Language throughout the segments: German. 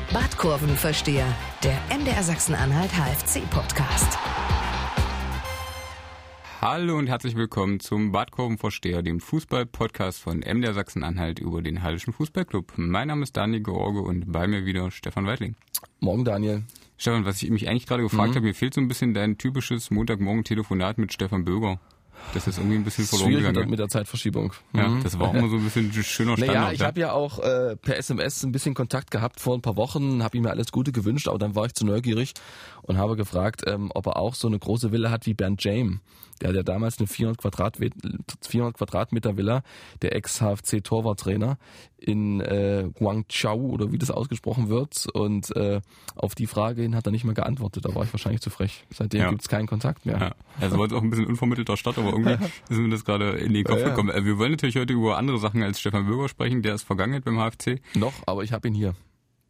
Badkurvenversteher, der MDR Sachsen-Anhalt HFC-Podcast. Hallo und herzlich willkommen zum Badkurvenversteher, dem Fußball-Podcast von MDR Sachsen-Anhalt über den Hallischen Fußballclub. Mein Name ist Daniel George und bei mir wieder Stefan Weidling. Morgen, Daniel. Stefan, was ich mich eigentlich gerade gefragt habe, mir fehlt so ein bisschen dein typisches Montagmorgen-Telefonat mit Stefan Böger. Das ist irgendwie ein bisschen verloren gegangen. Mit der Zeitverschiebung. Ja, das war auch immer so ein bisschen ein schöner Standard. Naja, ich habe ja auch per SMS ein bisschen Kontakt gehabt vor ein paar Wochen, habe ihm ja alles Gute gewünscht, aber dann war ich zu neugierig und habe gefragt, ob er auch so eine große Villa hat wie Bernd James. Der hat ja damals eine 400 Quadratmeter Villa, der Ex-HFC-Torwarttrainer in Guangzhou oder wie das ausgesprochen wird. Und auf die Frage hin hat er nicht mehr geantwortet. Da war ich wahrscheinlich zu frech. Seitdem gibt's keinen Kontakt mehr. Ja. Also war jetzt auch ein bisschen unvermittelter Start, aber irgendwie ist mir das gerade in den Kopf gekommen. Wir wollen natürlich heute über andere Sachen als Stefan Böger sprechen. Der ist Vergangenheit beim HFC. Noch, aber ich habe ihn hier.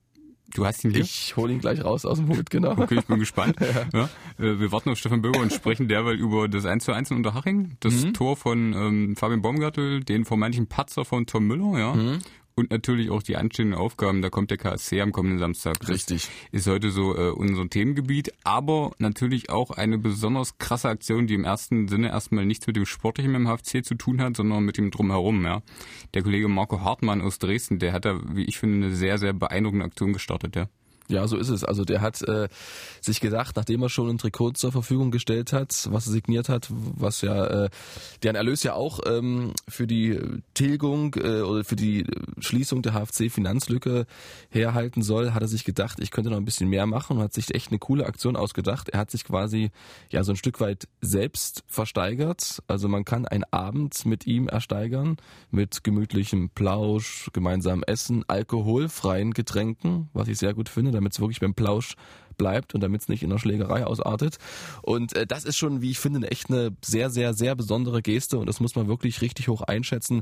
Du hast ihn hier? Ich hole ihn gleich raus aus dem Hut, genau. Okay, ich bin gespannt. Ja, wir warten auf Stefan Böger und sprechen derweil über das 1:1 in Unterhaching, das Tor von Fabian Baumgartel, den vermeintlichen Patzer von Tom Müller, ja. Und natürlich auch die anstehenden Aufgaben, da kommt der KSC am kommenden Samstag. Das Richtig. Ist heute so unser Themengebiet, aber natürlich auch eine besonders krasse Aktion, die im ersten Sinne erstmal nichts mit dem Sportlichen im HFC zu tun hat, sondern mit dem Drumherum, ja. Der Kollege Marco Hartmann aus Dresden, der hat da, wie ich finde, eine sehr, sehr beeindruckende Aktion gestartet, ja. Ja, so ist es. Also der hat sich gedacht, nachdem er schon ein Trikot zur Verfügung gestellt hat, was er signiert hat, was ja deren Erlös ja auch für die Tilgung oder für die Schließung der HFC-Finanzlücke herhalten soll, hat er sich gedacht, ich könnte noch ein bisschen mehr machen und hat sich echt eine coole Aktion ausgedacht. Er hat sich quasi ja so ein Stück weit selbst versteigert. Also man kann einen Abend mit ihm ersteigern, mit gemütlichem Plausch, gemeinsamem Essen, alkoholfreien Getränken, was ich sehr gut finde, damit es wirklich beim Plausch bleibt und damit es nicht in einer Schlägerei ausartet. Und das ist schon, wie ich finde, echt eine sehr, sehr, sehr besondere Geste und das muss man wirklich richtig hoch einschätzen,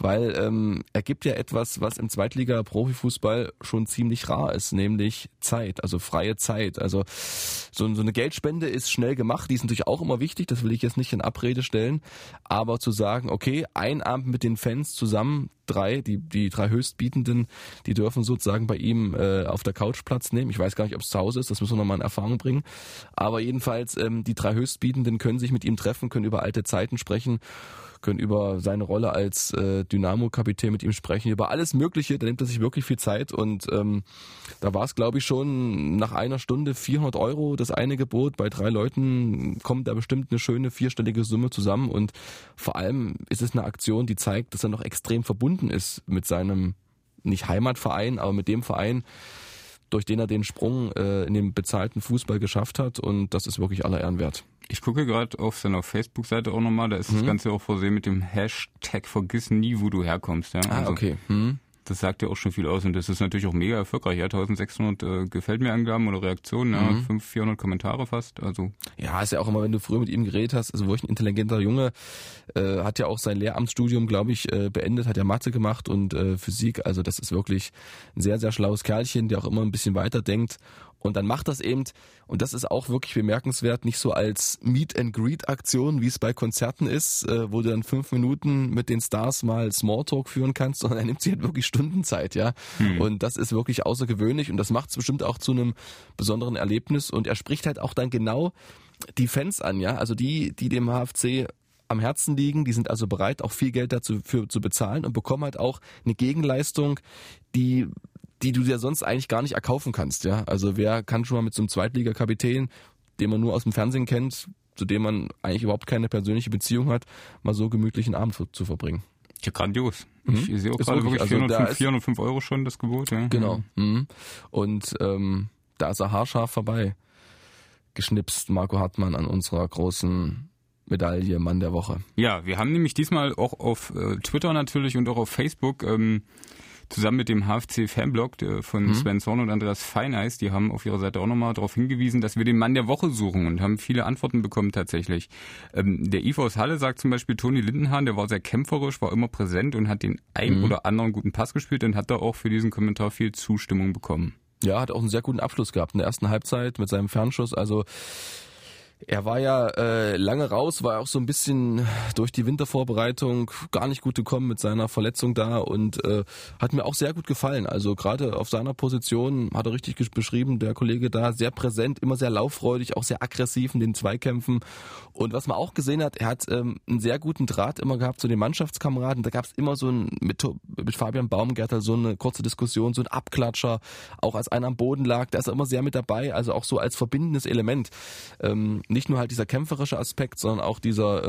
weil er gibt ja etwas, was im Zweitliga-Profifußball schon ziemlich rar ist, nämlich Zeit, also freie Zeit. Also so eine Geldspende ist schnell gemacht, die ist natürlich auch immer wichtig, das will ich jetzt nicht in Abrede stellen, aber zu sagen, okay, ein Abend mit den Fans zusammen, die drei Höchstbietenden, die dürfen sozusagen bei ihm auf der Couch Platz nehmen. Ich weiß gar nicht, ob es zu Hause ist, das müssen wir nochmal in Erfahrung bringen. Aber jedenfalls, die drei Höchstbietenden können sich mit ihm treffen, können über alte Zeiten sprechen, können über seine Rolle als Dynamo-Kapitän mit ihm sprechen, über alles Mögliche, da nimmt er sich wirklich viel Zeit und da war es, glaube ich, schon nach einer Stunde 400 €, das eine Gebot, bei 3 Leuten kommt da bestimmt eine schöne 4-stellige Summe zusammen und vor allem ist es eine Aktion, die zeigt, dass er noch extrem verbunden ist mit seinem, nicht Heimatverein, aber mit dem Verein, durch den er den Sprung in den bezahlten Fußball geschafft hat und das ist wirklich aller Ehren wert. Ich gucke gerade auf seiner Facebook-Seite auch nochmal, da ist das Ganze auch versehen mit dem Hashtag vergiss nie, wo du herkommst. Ja? Also, okay. Das sagt ja auch schon viel aus und das ist natürlich auch mega erfolgreich. Ja, 1600 gefällt mir Angaben oder Reaktionen, ja, 400 Kommentare fast. Also ja, ist ja auch immer, wenn du früher mit ihm geredet hast, also wirklich ein intelligenter Junge, hat ja auch sein Lehramtsstudium, glaube ich, beendet, hat ja Mathe gemacht und Physik. Also das ist wirklich ein sehr, sehr schlaues Kerlchen, der auch immer ein bisschen weiter denkt. Und dann macht das eben, und das ist auch wirklich bemerkenswert, nicht so als Meet-and-Greet-Aktion, wie es bei Konzerten ist, wo du dann 5 Minuten mit den Stars mal Smalltalk führen kannst, sondern er nimmt sich halt wirklich Stundenzeit, ja. Und das ist wirklich außergewöhnlich und das macht es bestimmt auch zu einem besonderen Erlebnis und er spricht halt auch dann genau die Fans an, ja. Also die dem HFC am Herzen liegen, die sind also bereit, auch viel Geld dafür zu bezahlen und bekommen halt auch eine Gegenleistung, die du dir sonst eigentlich gar nicht erkaufen kannst, ja. Also wer kann schon mal mit so einem Zweitliga-Kapitän, den man nur aus dem Fernsehen kennt, zu dem man eigentlich überhaupt keine persönliche Beziehung hat, mal so gemütlichen Abend zu verbringen. Ja, grandios. Ich sehe auch gerade wirklich 405 € schon das Gebot, ja. Genau. Und da ist er haarscharf vorbei geschnipst, Marco Hartmann, an unserer großen Medaille Mann der Woche. Ja, wir haben nämlich diesmal auch auf Twitter natürlich und auch auf Facebook zusammen mit dem HFC-Fanblog von Sven Zorn und Andreas Feineis, die haben auf ihrer Seite auch nochmal darauf hingewiesen, dass wir den Mann der Woche suchen und haben viele Antworten bekommen tatsächlich. Der Yves aus Halle sagt zum Beispiel Toni Lindenhahn, der war sehr kämpferisch, war immer präsent und hat den einen oder anderen guten Pass gespielt und hat da auch für diesen Kommentar viel Zustimmung bekommen. Ja, hat auch einen sehr guten Abschluss gehabt in der ersten Halbzeit mit seinem Fernschuss, also Er war ja lange raus, war auch so ein bisschen durch die Wintervorbereitung gar nicht gut gekommen mit seiner Verletzung da und hat mir auch sehr gut gefallen. Also gerade auf seiner Position hat er richtig beschrieben, der Kollege da, sehr präsent, immer sehr lauffreudig, auch sehr aggressiv in den Zweikämpfen. Und was man auch gesehen hat, er hat einen sehr guten Draht immer gehabt zu den Mannschaftskameraden. Da gab es immer so mit Fabian Baumgärtel so eine kurze Diskussion, so ein Abklatscher, auch als einer am Boden lag, da ist er immer sehr mit dabei, also auch so als verbindendes Element. Nicht nur halt dieser kämpferische Aspekt, sondern auch dieser,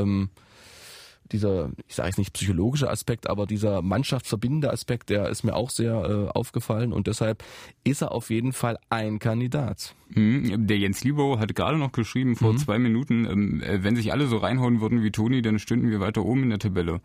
ich sage jetzt nicht psychologische Aspekt, aber dieser mannschaftsverbindende Aspekt, der ist mir auch sehr aufgefallen und deshalb ist er auf jeden Fall ein Kandidat. Der Jens Liebau hat gerade noch geschrieben vor 2 Minuten, wenn sich alle so reinhauen würden wie Toni, dann stünden wir weiter oben in der Tabelle.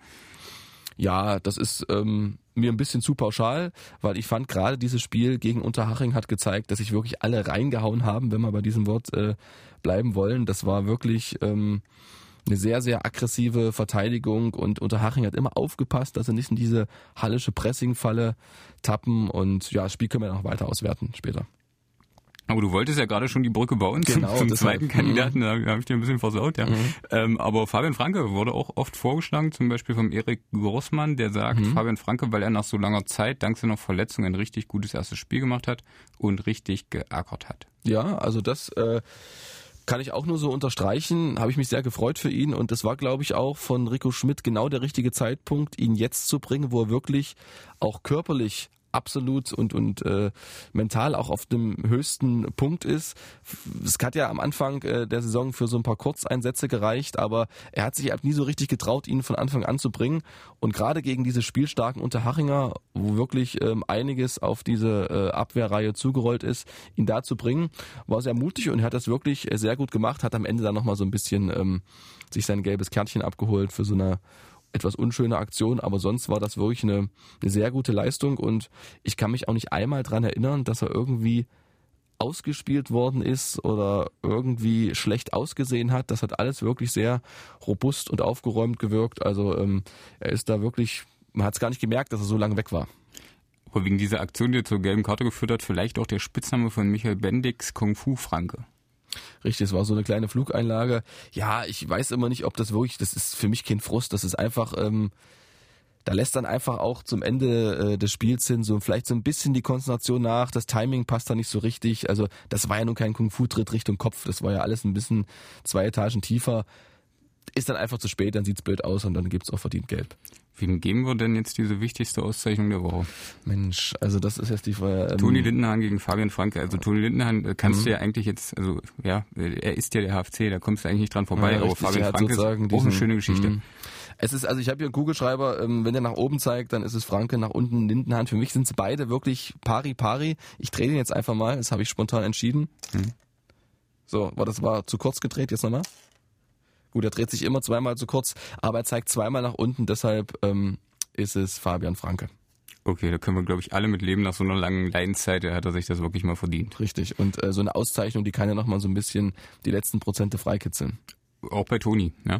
Ja, das ist mir ein bisschen zu pauschal, weil ich fand gerade dieses Spiel gegen Unterhaching hat gezeigt, dass sich wirklich alle reingehauen haben, wenn wir bei diesem Wort bleiben wollen. Das war wirklich eine sehr, sehr aggressive Verteidigung und Unterhaching hat immer aufgepasst, dass sie nicht in diese hallische Pressing-Falle tappen und ja, das Spiel können wir noch weiter auswerten später. Aber du wolltest ja gerade schon die Brücke bauen zum zweiten Kandidaten, da habe ich dir ein bisschen versaut, ja. Aber Fabian Franke wurde auch oft vorgeschlagen, zum Beispiel vom Erik Grossmann, der sagt, Fabian Franke, weil er nach so langer Zeit, dank seiner Verletzung, ein richtig gutes erstes Spiel gemacht hat und richtig geackert hat. Ja, also das kann ich auch nur so unterstreichen, habe ich mich sehr gefreut für ihn und das war, glaube ich, auch von Rico Schmidt genau der richtige Zeitpunkt, ihn jetzt zu bringen, wo er wirklich auch körperlich absolut und mental auch auf dem höchsten Punkt ist. Es hat ja am Anfang der Saison für so ein paar Kurzeinsätze gereicht, aber er hat sich nie so richtig getraut, ihn von Anfang an zu bringen. Und gerade gegen diese spielstarken Unterhachinger, wo wirklich einiges auf diese Abwehrreihe zugerollt ist, ihn da zu bringen, war sehr mutig und er hat das wirklich sehr gut gemacht, hat am Ende dann nochmal so ein bisschen sich sein gelbes Kärtchen abgeholt für so eine etwas unschöne Aktion, aber sonst war das wirklich eine sehr gute Leistung und ich kann mich auch nicht einmal dran erinnern, dass er irgendwie ausgespielt worden ist oder irgendwie schlecht ausgesehen hat. Das hat alles wirklich sehr robust und aufgeräumt gewirkt. Also er ist da wirklich, man hat es gar nicht gemerkt, dass er so lange weg war. Aber wegen dieser Aktion, die zur gelben Karte geführt hat, vielleicht auch der Spitzname von Michael Bendix, Kung Fu Franke. Richtig, es war so eine kleine Flugeinlage. Ja, ich weiß immer nicht, ob das wirklich, das ist für mich kein Frust, das ist einfach, da lässt dann einfach auch zum Ende des Spiels hin so vielleicht so ein bisschen die Konzentration nach, das Timing passt da nicht so richtig, also das war ja nun kein Kung-Fu-Tritt Richtung Kopf, das war ja alles ein bisschen 2 Etagen tiefer, ist dann einfach zu spät, dann sieht's blöd aus und dann gibt's auch verdient Gelb. Wem geben wir denn jetzt diese wichtigste Auszeichnung der Woche? Mensch, also das ist jetzt die Frage. Toni Lindenhahn gegen Fabian Franke. Also Toni Lindenhahn kannst du ja eigentlich jetzt, also ja, er ist ja der HFC, da kommst du eigentlich nicht dran vorbei, aber Fabian Franke ist auch eine schöne Geschichte. Es ist, also ich habe hier einen Kugelschreiber, wenn der nach oben zeigt, dann ist es Franke, nach unten Lindenhahn. Für mich sind sie beide wirklich pari. Ich drehe den jetzt einfach mal, das habe ich spontan entschieden. So, das war zu kurz gedreht, jetzt nochmal. Gut, er dreht sich immer zweimal zu kurz, aber er zeigt zweimal nach unten, deshalb ist es Fabian Franke. Okay, da können wir, glaube ich, alle mit leben. Nach so einer langen Leidenszeit, hat er sich das wirklich mal verdient. Richtig, und so eine Auszeichnung, die kann ja nochmal so ein bisschen die letzten Prozente freikitzeln. Auch bei Toni, ja.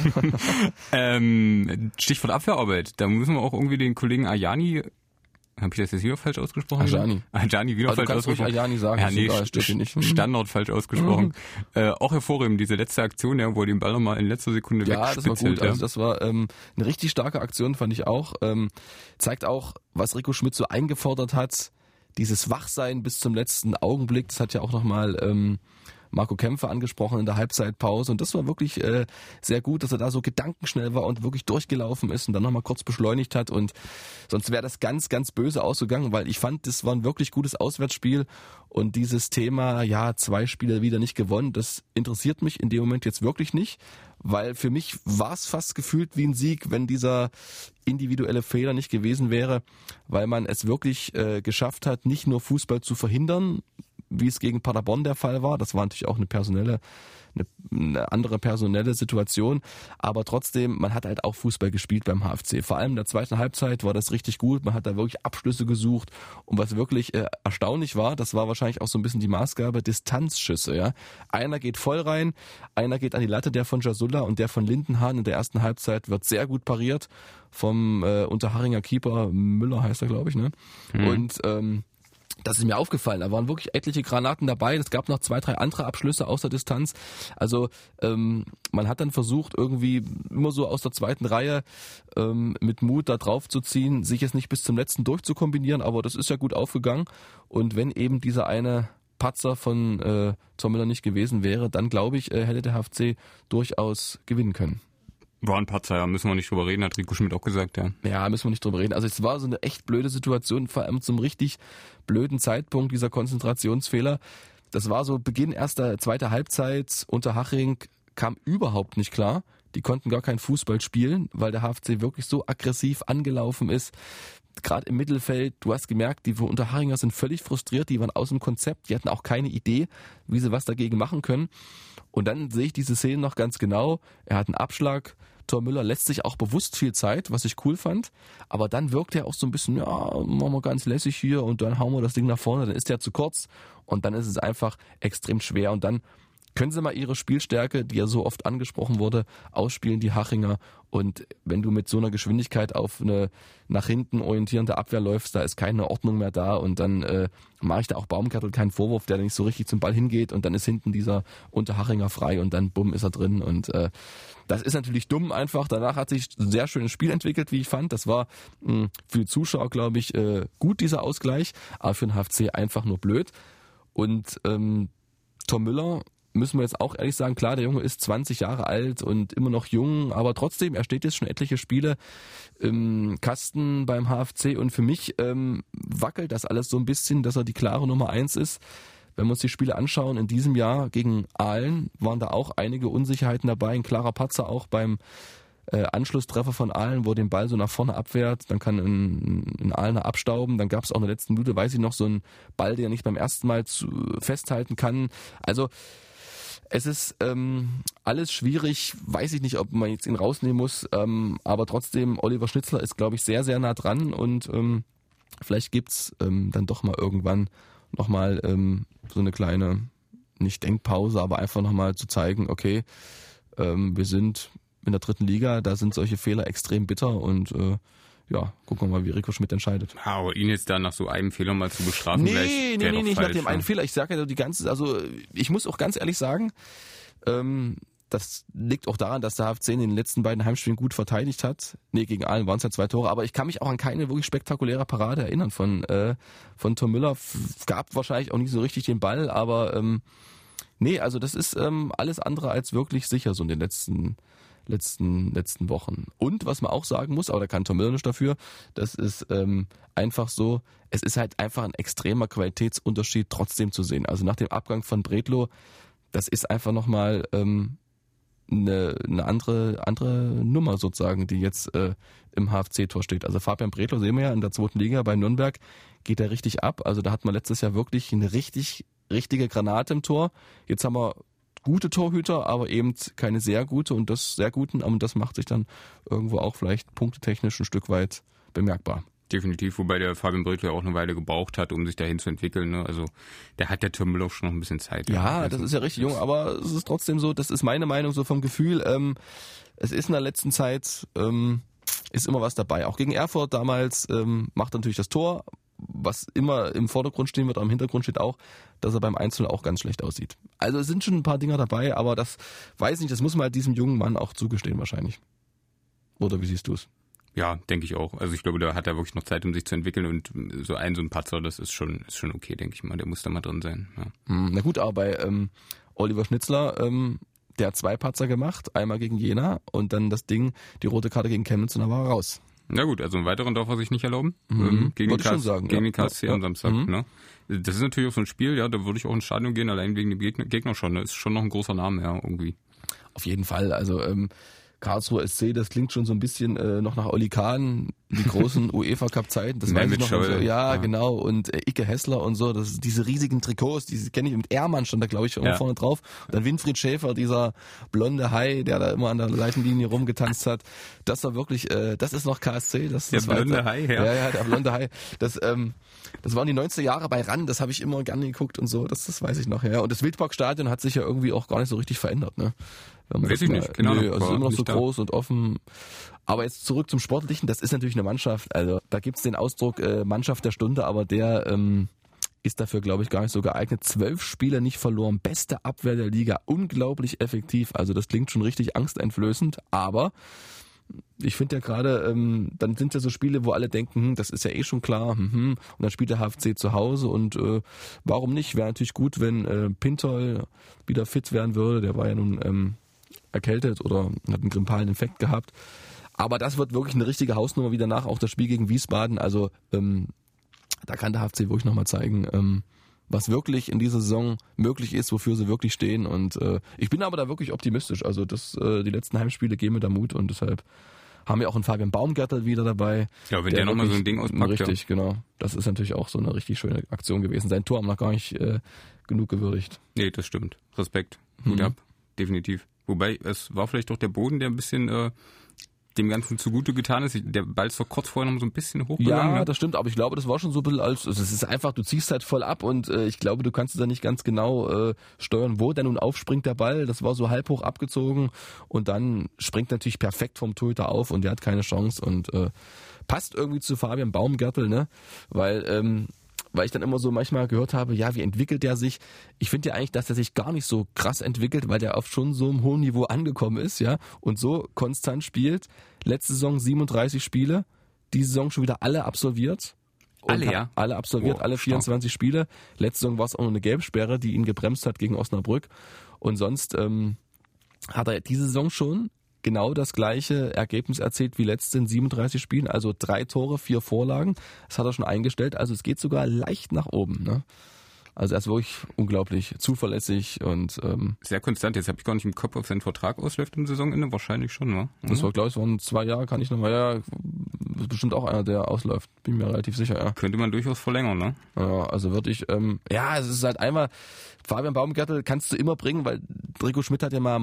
Ja. Stichwort Abwehrarbeit, da müssen wir auch irgendwie den Kollegen Ajani, habe ich das jetzt wieder falsch ausgesprochen? Ajani wieder falsch ausgesprochen. Ajani sagen, ja, nee, steht nicht. Standard falsch ausgesprochen. Auch hervorheben, diese letzte Aktion, ja, wo er den Ball nochmal in letzter Sekunde wegspitzelt. Ja, das war gut. Ja. Also das war eine richtig starke Aktion, fand ich auch. Zeigt auch, was Rico Schmidt so eingefordert hat, dieses Wachsein bis zum letzten Augenblick. Das hat ja auch nochmal Marco Kämpfer angesprochen in der Halbzeitpause und das war wirklich sehr gut, dass er da so gedankenschnell war und wirklich durchgelaufen ist und dann nochmal kurz beschleunigt hat und sonst wäre das ganz, ganz böse ausgegangen, weil ich fand, das war ein wirklich gutes Auswärtsspiel und dieses Thema, ja, 2 Spiele wieder nicht gewonnen, das interessiert mich in dem Moment jetzt wirklich nicht, weil für mich war es fast gefühlt wie ein Sieg, wenn dieser individuelle Fehler nicht gewesen wäre, weil man es wirklich geschafft hat, nicht nur Fußball zu verhindern, wie es gegen Paderborn der Fall war. Das war natürlich auch eine andere personelle Situation. Aber trotzdem, man hat halt auch Fußball gespielt beim HFC. Vor allem in der zweiten Halbzeit war das richtig gut. Man hat da wirklich Abschlüsse gesucht. Und was wirklich erstaunlich war, das war wahrscheinlich auch so ein bisschen die Maßgabe, Distanzschüsse. Ja, einer geht voll rein, einer geht an die Latte, der von Jasulla und der von Lindenhahn in der ersten Halbzeit wird sehr gut pariert vom Unterharinger Keeper, Müller heißt er, glaube ich. Ne? Und Das ist mir aufgefallen. Da waren wirklich etliche Granaten dabei. Es gab noch 2, 3 andere Abschlüsse aus der Distanz. Also man hat dann versucht, irgendwie immer so aus der zweiten Reihe mit Mut da drauf zu ziehen, sich jetzt nicht bis zum letzten durchzukombinieren, aber das ist ja gut aufgegangen. Und wenn eben dieser eine Patzer von Tom Müller nicht gewesen wäre, dann glaube ich, hätte der HFC durchaus gewinnen können. War ein Patzer, ja, müssen wir nicht drüber reden, hat Rico Schmidt auch gesagt, ja. Ja, müssen wir nicht drüber reden. Also es war so eine echt blöde Situation, vor allem zum richtig blöden Zeitpunkt, dieser Konzentrationsfehler. Das war so Beginn zweiter Halbzeit. Unterhaching kam überhaupt nicht klar. Die konnten gar keinen Fußball spielen, weil der HFC wirklich so aggressiv angelaufen ist. Gerade im Mittelfeld, du hast gemerkt, die Unterhachinger sind völlig frustriert, die waren aus dem Konzept, die hatten auch keine Idee, wie sie was dagegen machen können. Und dann sehe ich diese Szene noch ganz genau. Er hat einen Abschlag. Tom Müller lässt sich auch bewusst viel Zeit, was ich cool fand. Aber dann wirkt er auch so ein bisschen, ja, machen wir ganz lässig hier und dann hauen wir das Ding nach vorne. Dann ist der zu kurz und dann ist es einfach extrem schwer. Und dann können sie mal ihre Spielstärke, die ja so oft angesprochen wurde, ausspielen, die Hachinger. Und wenn du mit so einer Geschwindigkeit auf eine nach hinten orientierende Abwehr läufst, da ist keine Ordnung mehr da. Und dann mache ich da auch Baumgartel keinen Vorwurf, der nicht so richtig zum Ball hingeht. Und dann ist hinten dieser Unterhachinger frei und dann bumm ist er drin. Und das ist natürlich dumm einfach. Danach hat sich ein sehr schönes Spiel entwickelt, wie ich fand. Das war für die Zuschauer, glaube ich, gut, dieser Ausgleich. Aber für den HFC einfach nur blöd. Und Tom Müller, müssen wir jetzt auch ehrlich sagen, klar, der Junge ist 20 Jahre alt und immer noch jung, aber trotzdem, er steht jetzt schon etliche Spiele im Kasten beim HFC und für mich wackelt das alles so ein bisschen, dass er die klare Nummer 1 ist. Wenn wir uns die Spiele anschauen, in diesem Jahr gegen Aalen waren da auch einige Unsicherheiten dabei, ein klarer Patzer auch beim Anschlusstreffer von Aalen, wo den Ball so nach vorne abwehrt, dann kann ein Aalener abstauben, dann gab es auch in der letzten Minute, weiß ich noch, so einen Ball, den er nicht beim ersten Mal festhalten kann. Also es ist alles schwierig, weiß ich nicht, ob man jetzt ihn rausnehmen muss, aber trotzdem, Oliver Schnitzler ist, glaube ich, sehr, sehr nah dran und vielleicht gibt's dann doch mal irgendwann nochmal so eine kleine, nicht Denkpause, aber einfach nochmal zu zeigen, okay, wir sind in der 3. Liga, da sind solche Fehler extrem bitter und ja, gucken wir mal, wie Rico Schmidt entscheidet. Ja, aber ihn jetzt da nach so einem Fehler mal zu bestrafen, nee, nicht nach dem einen Fehler. Ich sage ja die ganze, also ich muss auch ganz ehrlich sagen, das liegt auch daran, dass der HFC in den letzten beiden Heimspielen gut verteidigt hat. Nee, gegen Aalen waren es ja 2 Tore, aber ich kann mich auch an keine wirklich spektakuläre Parade erinnern von Tom Müller. Gab wahrscheinlich auch nicht so richtig den Ball, aber nee, also das ist alles andere als wirklich sicher so in den letzten Wochen. Und was man auch sagen muss, aber da kann Tom Müller nicht dafür, das ist einfach so, es ist halt einfach ein extremer Qualitätsunterschied trotzdem zu sehen. Also nach dem Abgang von Bredlow, das ist einfach nochmal eine andere Nummer sozusagen, die jetzt im HFC-Tor steht. Also Fabian Bredlow sehen wir ja in der 2. Liga bei Nürnberg, geht er richtig ab. Also da hat man letztes Jahr wirklich eine richtige Granate im Tor. Jetzt haben wir gute Torhüter, aber eben keine sehr gute und das macht sich dann irgendwo auch vielleicht punktetechnisch ein Stück weit bemerkbar. Definitiv, wobei der Fabian Bredlow ja auch eine Weile gebraucht hat, um sich dahin zu entwickeln. Ne? Also der hat der Tom Müller schon noch ein bisschen Zeit. Ja, das ist ja richtig jung, aber es ist trotzdem so, das ist meine Meinung so vom Gefühl. Es ist in der letzten Zeit, ist immer was dabei. Auch gegen Erfurt damals macht er natürlich das Tor, was immer im Vordergrund stehen wird, aber im Hintergrund steht auch, dass er beim 1-0 auch ganz schlecht aussieht. Also es sind schon ein paar Dinger dabei, aber das weiß nicht, das muss man halt diesem jungen Mann auch zugestehen wahrscheinlich. Oder wie siehst du es? Ja, denke ich auch. Also ich glaube, da hat er wirklich noch Zeit, um sich zu entwickeln und so ein Patzer, das ist schon okay, denke ich mal. Der muss da mal drin sein. Ja. Na gut, aber bei Oliver Schnitzler, der hat 2 Patzer gemacht, einmal gegen Jena und dann das Ding, die rote Karte gegen Chemnitz und dann war er raus. Na gut, also einen weiteren darf er sich nicht erlauben. Gegen die KSC am Samstag. Ne? Das ist natürlich auch so ein Spiel, ja, da würde ich auch ins Stadion gehen, allein wegen dem Gegner schon. Das ist schon noch ein großer Name, ja, irgendwie. Auf jeden Fall, also Karlsruher SC, das klingt schon so ein bisschen noch nach Olli Kahn, die großen UEFA-Cup-Zeiten, das weiß ich noch. So, ja, genau, und Icke Hessler und so, das diese riesigen Trikots, die kenne ich, mit Ehrmann stand da, glaube ich, immer vorne drauf. Und dann Winfried Schäfer, dieser blonde Hai, der da immer an der Seitenlinie rumgetanzt hat. Das war wirklich, das ist noch KSC. Das der blonde Hai, ja. Ja, der blonde Hai. Das waren die 90er Jahre bei RAN, das habe ich immer gerne geguckt und so, das weiß ich noch. Ja. Und das Wildparkstadion hat sich ja irgendwie auch gar nicht so richtig verändert, ne? Weiß ich nicht, genau. Nö, also immer noch so groß und offen. Aber jetzt zurück zum Sportlichen, das ist natürlich eine Mannschaft. Also da gibt's den Ausdruck Mannschaft der Stunde, aber der ist dafür, glaube ich, gar nicht so geeignet. 12 Spiele nicht verloren, beste Abwehr der Liga, unglaublich effektiv. Also das klingt schon richtig angsteinflößend, aber ich finde ja gerade, dann sind ja so Spiele, wo alle denken, das ist ja eh schon klar, und dann spielt der HFC zu Hause und warum nicht? Wäre natürlich gut, wenn Pintol wieder fit werden würde, der war ja nun erkältet oder hat einen grippalen Infekt gehabt. Aber das wird wirklich eine richtige Hausnummer wieder nach, auch das Spiel gegen Wiesbaden, also da kann der HFC wirklich nochmal zeigen, was wirklich in dieser Saison möglich ist, wofür sie wirklich stehen. Und ich bin aber da wirklich optimistisch. Also die letzten Heimspiele geben mir da Mut und deshalb haben wir auch einen Fabian Baumgärtel wieder dabei. Ja, wenn der nochmal so ein Ding auspackt. Richtig, genau. Das ist natürlich auch so eine richtig schöne Aktion gewesen. Sein Tor haben wir noch gar nicht genug gewürdigt. Nee, das stimmt. Respekt. Hut ab. Definitiv. Wobei, es war vielleicht doch der Boden, der ein bisschen dem Ganzen zugute getan ist. Der Ball ist doch kurz vorher noch so ein bisschen hochgegangen. Ja, das stimmt, aber ich glaube, das war schon so ein bisschen also es ist einfach, du ziehst halt voll ab und ich glaube, du kannst da nicht ganz genau steuern, wo der nun aufspringt, der Ball. Das war so halb hoch abgezogen und dann springt natürlich perfekt vom Torhüter auf und der hat keine Chance und passt irgendwie zu Fabian Baumgärtel, ne? Weil ich dann immer so manchmal gehört habe, ja, wie entwickelt der sich? Ich finde ja eigentlich, dass er sich gar nicht so krass entwickelt, weil der auf schon so einem hohen Niveau angekommen ist, ja, und so konstant spielt. Letzte Saison 37 Spiele, diese Saison schon wieder alle absolviert. Alle, ja? Alle absolviert, alle 24 Spiele. Letzte Saison war es auch noch eine Gelbsperre, die ihn gebremst hat gegen Osnabrück. Und sonst hat er diese Saison schon genau das gleiche Ergebnis erzielt wie letzte in 37 Spielen, also 3 Tore, 4 Vorlagen. Das hat er schon eingestellt, also es geht sogar leicht nach oben. Ne? Also er ist wirklich unglaublich zuverlässig und sehr konstant. Jetzt habe ich gar nicht im Kopf, ob sein Vertrag ausläuft im Saisonende. Wahrscheinlich schon, ne? Das war, glaube ich, von 2 Jahren, kann ich nochmal, ja, ist bestimmt auch einer, der ausläuft. Bin mir relativ sicher, ja. Könnte man durchaus verlängern, ne? Ja, also würde ich, es ist halt einmal, Fabian Baumgärtel kannst du immer bringen, weil Rico Schmidt hat ja mal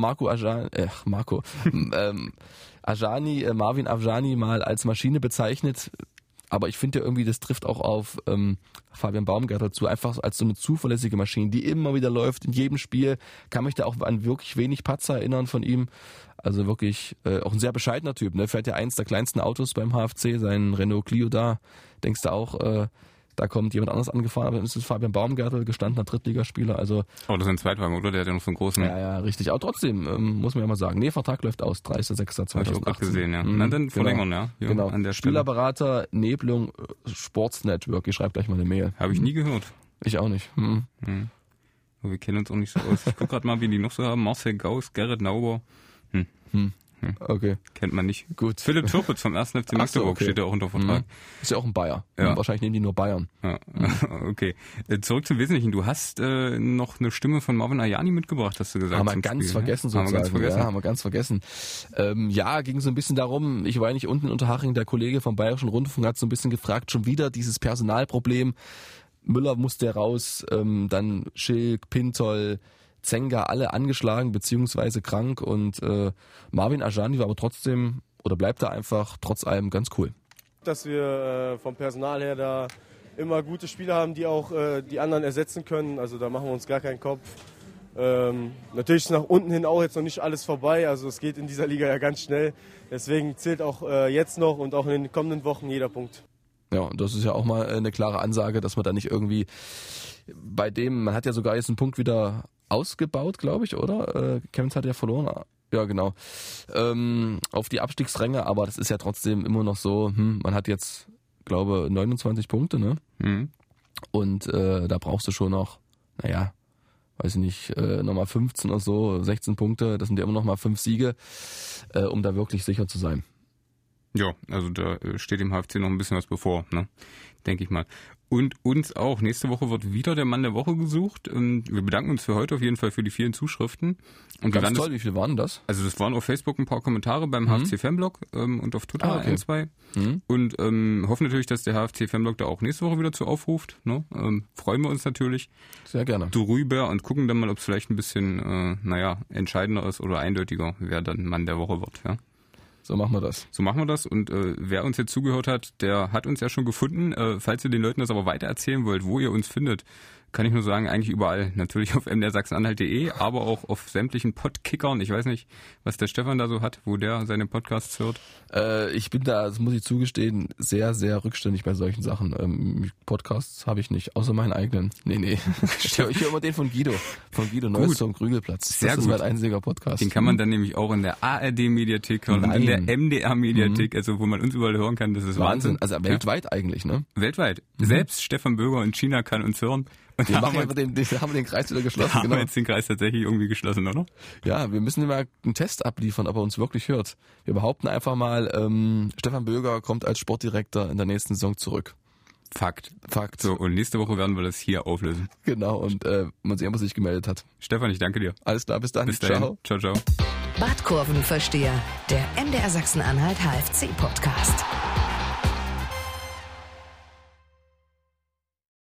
Marvin Afjani mal als Maschine bezeichnet. Aber ich finde ja irgendwie, das trifft auch auf Fabian Baumgärtel zu, einfach als so eine zuverlässige Maschine, die immer wieder läuft, in jedem Spiel. Kann mich da auch an wirklich wenig Patzer erinnern von ihm. Also wirklich auch ein sehr bescheidener Typ. Ne? Fährt ja eins der kleinsten Autos beim HFC, sein Renault Clio da. Denkst du auch, da kommt jemand anderes angefahren, aber dann ist es Fabian Baumgärtel, gestandener Drittligaspieler. Also, das ist ein Zweitwagen, oder? Der hat ja noch so einen großen... Ja, richtig. Aber trotzdem, muss man ja mal sagen. Nee, Vertrag läuft aus, 30.06.2018. Habe ich auch gesehen, ja. Na, dann verlängern, ja. Genau. An der Spielerberater Neblung Sports Network. Ich schreibe gleich mal eine Mail. Habe ich nie gehört. Ich auch nicht. Aber wir kennen uns auch nicht so aus. Ich gucke gerade mal, wie die noch so haben. Marcel Gauss, Gerrit Nauber. Okay. Kennt man nicht. Gut. Philipp Türpitz vom 1. FC Magdeburg steht ja auch unter Vertrag. Ist ja auch ein Bayer. Ja. Wahrscheinlich nehmen die nur Bayern. Ja. Okay. Zurück zum Wesentlichen. Du hast noch eine Stimme von Marvin Ajani mitgebracht, hast du gesagt. Haben wir ganz vergessen sozusagen. Ja, haben wir ganz vergessen. Ging so ein bisschen darum, ich war ja nicht unten in Unterhaching, der Kollege vom Bayerischen Rundfunk hat so ein bisschen gefragt, schon wieder dieses Personalproblem. Müller musste raus, dann Schilk, Pintol, Zenga, alle angeschlagen beziehungsweise krank und Marvin Ajani war aber trotzdem oder bleibt da einfach trotz allem ganz cool. Dass wir vom Personal her da immer gute Spieler haben, die auch die anderen ersetzen können, also da machen wir uns gar keinen Kopf. Natürlich ist nach unten hin auch jetzt noch nicht alles vorbei, also es geht in dieser Liga ja ganz schnell, deswegen zählt auch jetzt noch und auch in den kommenden Wochen jeder Punkt. Ja, und das ist ja auch mal eine klare Ansage, dass man da nicht irgendwie man hat ja sogar jetzt einen Punkt wieder ausgebaut, glaube ich, oder? Chemnitz hat ja verloren. Ja, genau. Auf die Abstiegsränge, aber das ist ja trotzdem immer noch so, man hat jetzt, glaube 29 Punkte, ne? Und da brauchst du schon noch, weiß ich nicht, nochmal 15 oder so, 16 Punkte, das sind ja immer noch mal 5 Siege, um da wirklich sicher zu sein. Ja, also da steht dem HFC noch ein bisschen was bevor, ne? Denke ich mal. Und uns auch. Nächste Woche wird wieder der Mann der Woche gesucht. Wir bedanken uns für heute auf jeden Fall für die vielen Zuschriften. Und ganz toll, wie viele waren das? Also das waren auf Facebook ein paar Kommentare beim HFC-Fanblog und auf Twitter ein, zwei. Und hoffen natürlich, dass der HFC-Fanblog da auch nächste Woche wieder zu aufruft. Ne? Freuen wir uns natürlich. Sehr gerne. Drüber und gucken dann mal, ob es vielleicht ein bisschen entscheidender ist oder eindeutiger, wer dann Mann der Woche wird. Ja? So machen wir das. Und wer uns jetzt zugehört hat, der hat uns ja schon gefunden. Falls ihr den Leuten das aber weiter erzählen wollt, wo ihr uns findet, kann ich nur sagen, eigentlich überall. Natürlich auf mdrsachsenanhalt.de, aber auch auf sämtlichen Podkickern. Ich weiß nicht, was der Stefan da so hat, wo der seine Podcasts hört. Ich bin da, das muss ich zugestehen, sehr, sehr rückständig bei solchen Sachen. Podcasts habe ich nicht, außer meinen eigenen. Nee. Ich höre immer den von Guido. Von Guido Neuss zum Krügelplatz. Sehr das ist gut. mein einziger Podcast. Den kann man dann nämlich auch in der ARD-Mediathek hören und in der MDR-Mediathek, also wo man uns überall hören kann. Das ist Wahnsinn. Also weltweit eigentlich, ne? Weltweit. Selbst Stefan Böger in China kann uns hören. Und Wir haben den Kreis wieder geschlossen. Haben wir jetzt den Kreis tatsächlich irgendwie geschlossen, oder? Ja, wir müssen mal einen Test abliefern, ob er uns wirklich hört. Wir behaupten einfach mal, Stefan Böger kommt als Sportdirektor in der nächsten Saison zurück. Fakt. So, und nächste Woche werden wir das hier auflösen. Genau, und mal sehen, ob er sich gemeldet hat. Stefan, ich danke dir. Alles klar, bis dann. Bis dahin. Ciao. Badkurvenversteher, der MDR Sachsen-Anhalt HFC-Podcast.